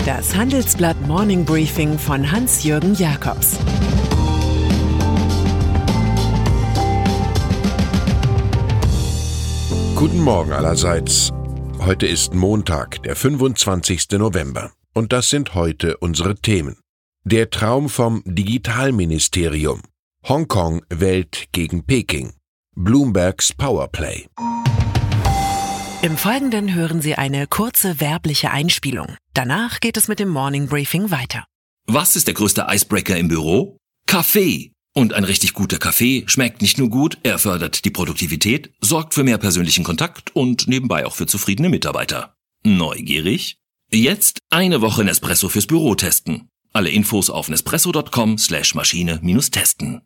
Das Handelsblatt Morning Briefing von Hans-Jürgen Jakobs. Guten Morgen allerseits. Heute ist Montag, der 25. November. Und das sind heute unsere Themen. Der Traum vom Digitalministerium. Hongkong wählt gegen Peking. Bloombergs Powerplay. Im Folgenden hören Sie eine kurze werbliche Einspielung. Danach geht es mit dem Morning Briefing weiter. Was ist der größte Icebreaker im Büro? Kaffee. Und ein richtig guter Kaffee schmeckt nicht nur gut, er fördert die Produktivität, sorgt für mehr persönlichen Kontakt und nebenbei auch für zufriedene Mitarbeiter. Neugierig? Jetzt eine Woche Nespresso fürs Büro testen. Alle Infos auf nespresso.com/Maschine-testen.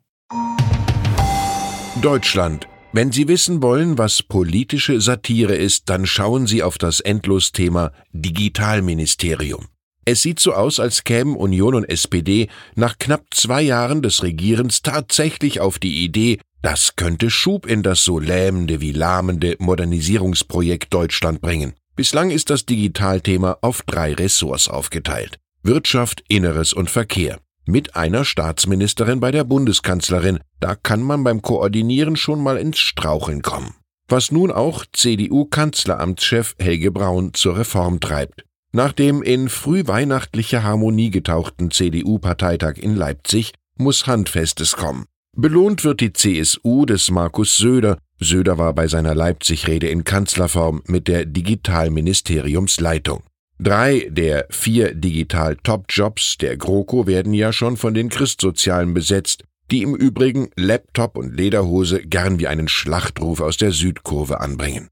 Deutschland. Wenn Sie wissen wollen, was politische Satire ist, dann schauen Sie auf das Endlosthema Digitalministerium. Es sieht so aus, als kämen Union und SPD nach knapp 2 Jahren des Regierens tatsächlich auf die Idee, das könnte Schub in das so lähmende wie lahmende Modernisierungsprojekt Deutschland bringen. Bislang ist das Digitalthema auf 3 Ressorts aufgeteilt: Wirtschaft, Inneres und Verkehr. Mit einer Staatsministerin bei der Bundeskanzlerin, da kann man beim Koordinieren schon mal ins Straucheln kommen. Was nun auch CDU-Kanzleramtschef Helge Braun zur Reform treibt. Nach dem in frühweihnachtliche Harmonie getauchten CDU-Parteitag in Leipzig muss Handfestes kommen. Belohnt wird die CSU des Markus Söder. Söder war bei seiner Leipzig-Rede in Kanzlerform mit der Digitalministeriumsleitung. 3 der 4 Digital-Top-Jobs der GroKo werden ja schon von den Christsozialen besetzt, die im Übrigen Laptop und Lederhose gern wie einen Schlachtruf aus der Südkurve anbringen.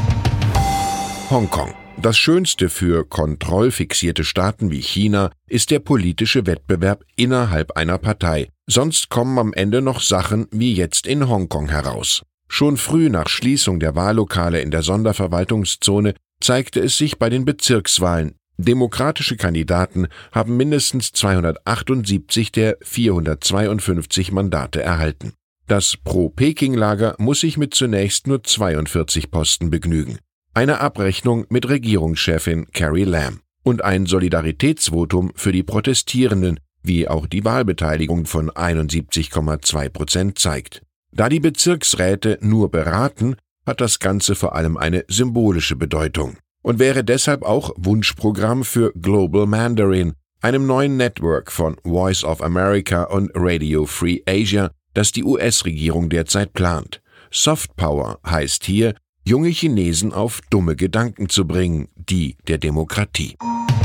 Hongkong. Das Schönste für kontrollfixierte Staaten wie China ist der politische Wettbewerb innerhalb einer Partei. Sonst kommen am Ende noch Sachen wie jetzt in Hongkong heraus. Schon früh nach Schließung der Wahllokale in der Sonderverwaltungszone zeigte es sich bei den Bezirkswahlen. Demokratische Kandidaten haben mindestens 278 der 452 Mandate erhalten. Das Pro-Peking-Lager muss sich mit zunächst nur 42 Posten begnügen. Eine Abrechnung mit Regierungschefin Carrie Lam und ein Solidaritätsvotum für die Protestierenden, wie auch die Wahlbeteiligung von 71,2% zeigt. Da die Bezirksräte nur beraten, hat das Ganze vor allem eine symbolische Bedeutung und wäre deshalb auch Wunschprogramm für Global Mandarin, einem neuen Network von Voice of America und Radio Free Asia, das die US-Regierung derzeit plant. Soft Power heißt hier, junge Chinesen auf dumme Gedanken zu bringen, die der Demokratie.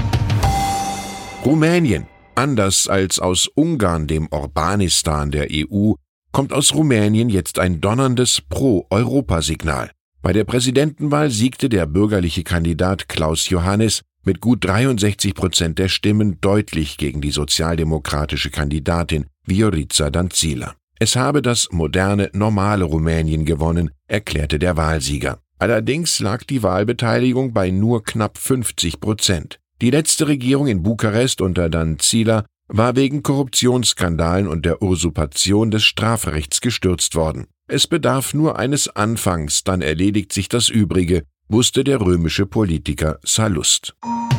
Rumänien. Anders als aus Ungarn, dem Orbanistan der EU, kommt aus Rumänien jetzt ein donnerndes Pro-Europa-Signal. Bei der Präsidentenwahl siegte der bürgerliche Kandidat Klaus Iohannis mit gut 63% der Stimmen deutlich gegen die sozialdemokratische Kandidatin Viorica Dăncilă. Es habe das moderne, normale Rumänien gewonnen, erklärte der Wahlsieger. Allerdings lag die Wahlbeteiligung bei nur knapp 50%. Die letzte Regierung in Bukarest unter Dăncilă war wegen Korruptionsskandalen und der Usurpation des Strafrechts gestürzt worden. Es bedarf nur eines Anfangs, dann erledigt sich das Übrige, wusste der römische Politiker Sallust.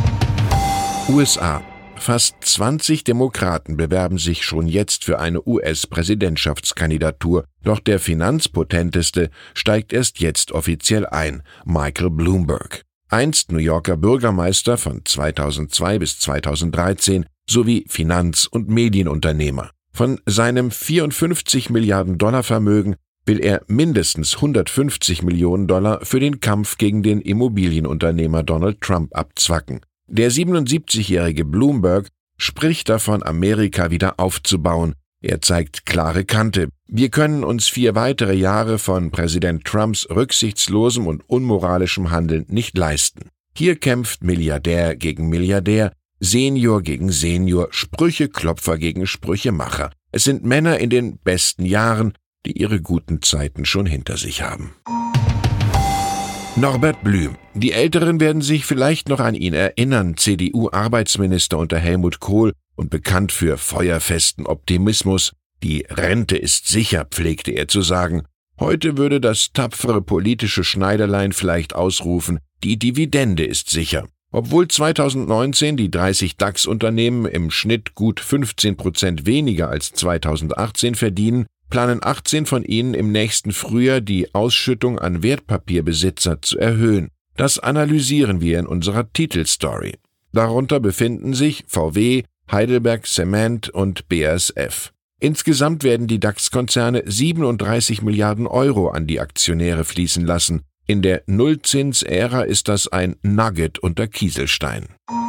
USA. Fast 20 Demokraten bewerben sich schon jetzt für eine US-Präsidentschaftskandidatur, doch der finanzpotenteste steigt erst jetzt offiziell ein, Michael Bloomberg. Einst New Yorker Bürgermeister von 2002 bis 2013 sowie Finanz- und Medienunternehmer. Von seinem 54 Milliarden Dollar Vermögen will er mindestens 150 Millionen Dollar für den Kampf gegen den Immobilienunternehmer Donald Trump abzwacken. Der 77-jährige Bloomberg spricht davon, Amerika wieder aufzubauen. Er zeigt klare Kante. Wir können uns 4 weitere Jahre von Präsident Trumps rücksichtslosem und unmoralischem Handeln nicht leisten. Hier kämpft Milliardär gegen Milliardär, Senior gegen Senior, Sprücheklopfer gegen Sprüchemacher. Es sind Männer in den besten Jahren, die ihre guten Zeiten schon hinter sich haben. Norbert Blüm. Die Älteren werden sich vielleicht noch an ihn erinnern, CDU-Arbeitsminister unter Helmut Kohl und bekannt für feuerfesten Optimismus. Die Rente ist sicher, pflegte er zu sagen. Heute würde das tapfere politische Schneiderlein vielleicht ausrufen, die Dividende ist sicher. Obwohl 2019 die 30 DAX-Unternehmen im Schnitt gut 15% weniger als 2018 verdienen, planen 18 von ihnen im nächsten Frühjahr die Ausschüttung an Wertpapierbesitzer zu erhöhen. Das analysieren wir in unserer Titelstory. Darunter befinden sich VW, Heidelberg Cement und BASF. Insgesamt werden die DAX-Konzerne 37 Milliarden Euro an die Aktionäre fließen lassen. In der Nullzins-Ära ist das ein Nugget unter Kieselstein.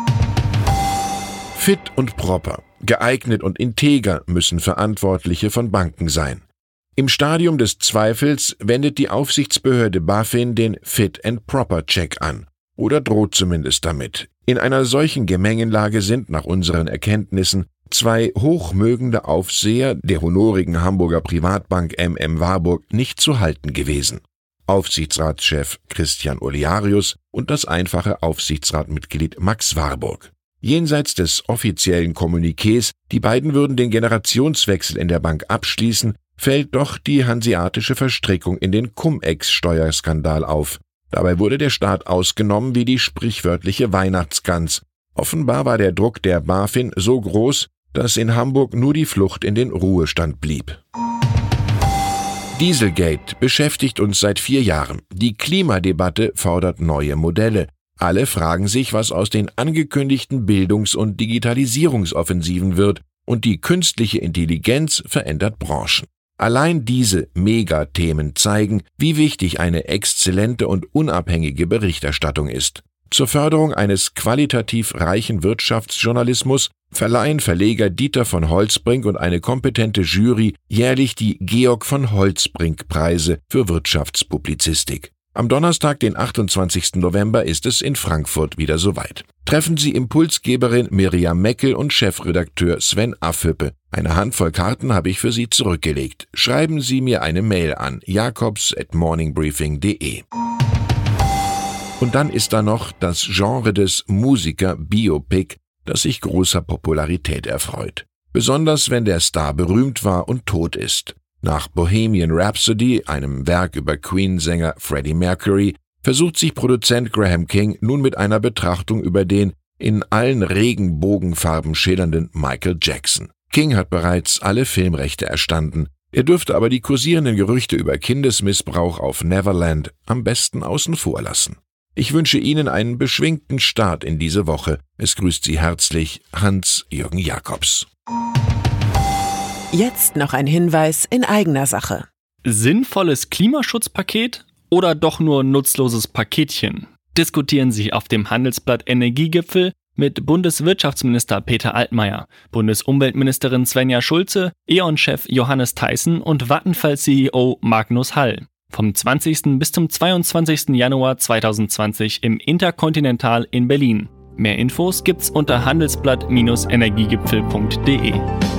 Fit und proper, geeignet und integer müssen Verantwortliche von Banken sein. Im Stadium des Zweifels wendet die Aufsichtsbehörde BaFin den Fit-and-Proper-Check an oder droht zumindest damit. In einer solchen Gemengenlage sind nach unseren Erkenntnissen 2 hochmögende Aufseher der honorigen Hamburger Privatbank Warburg nicht zu halten gewesen. Aufsichtsratschef Christian Olearius und das einfache Aufsichtsratmitglied Max Warburg. Jenseits des offiziellen Kommuniqués, die beiden würden den Generationswechsel in der Bank abschließen, fällt doch die hanseatische Verstrickung in den Cum-Ex-Steuerskandal auf. Dabei wurde der Staat ausgenommen wie die sprichwörtliche Weihnachtsgans. Offenbar war der Druck der BaFin so groß, dass in Hamburg nur die Flucht in den Ruhestand blieb. Dieselgate beschäftigt uns seit 4 Jahren. Die Klimadebatte fordert neue Modelle. Alle fragen sich, was aus den angekündigten Bildungs- und Digitalisierungsoffensiven wird, und die künstliche Intelligenz verändert Branchen. Allein diese Megathemen zeigen, wie wichtig eine exzellente und unabhängige Berichterstattung ist. Zur Förderung eines qualitativ reichen Wirtschaftsjournalismus verleihen Verleger Dieter von Holtzbrinck und eine kompetente Jury jährlich die Georg von Holtzbrinck-Preise für Wirtschaftspublizistik. Am Donnerstag, den 28. November, ist es in Frankfurt wieder soweit. Treffen Sie Impulsgeberin Miriam Meckel und Chefredakteur Sven Affüppe. Eine Handvoll Karten habe ich für Sie zurückgelegt. Schreiben Sie mir eine Mail an jakobs@morningbriefing.de. Und dann ist da noch das Genre des Musiker-Biopic, das sich großer Popularität erfreut. Besonders wenn der Star berühmt war und tot ist. Nach Bohemian Rhapsody, einem Werk über Queen-Sänger Freddie Mercury, versucht sich Produzent Graham King nun mit einer Betrachtung über den in allen Regenbogenfarben schillernden Michael Jackson. King hat bereits alle Filmrechte erstanden. Er dürfte aber die kursierenden Gerüchte über Kindesmissbrauch auf Neverland am besten außen vor lassen. Ich wünsche Ihnen einen beschwingten Start in diese Woche. Es grüßt Sie herzlich Hans-Jürgen Jakobs. Jetzt noch ein Hinweis in eigener Sache. Sinnvolles Klimaschutzpaket oder doch nur nutzloses Paketchen? Diskutieren Sie auf dem Handelsblatt Energiegipfel mit Bundeswirtschaftsminister Peter Altmaier, Bundesumweltministerin Svenja Schulze, E.ON-Chef Johannes Theissen und Vattenfall-CEO Magnus Hall. Vom 20. bis zum 22. Januar 2020 im Intercontinental in Berlin. Mehr Infos gibt's unter handelsblatt-energiegipfel.de.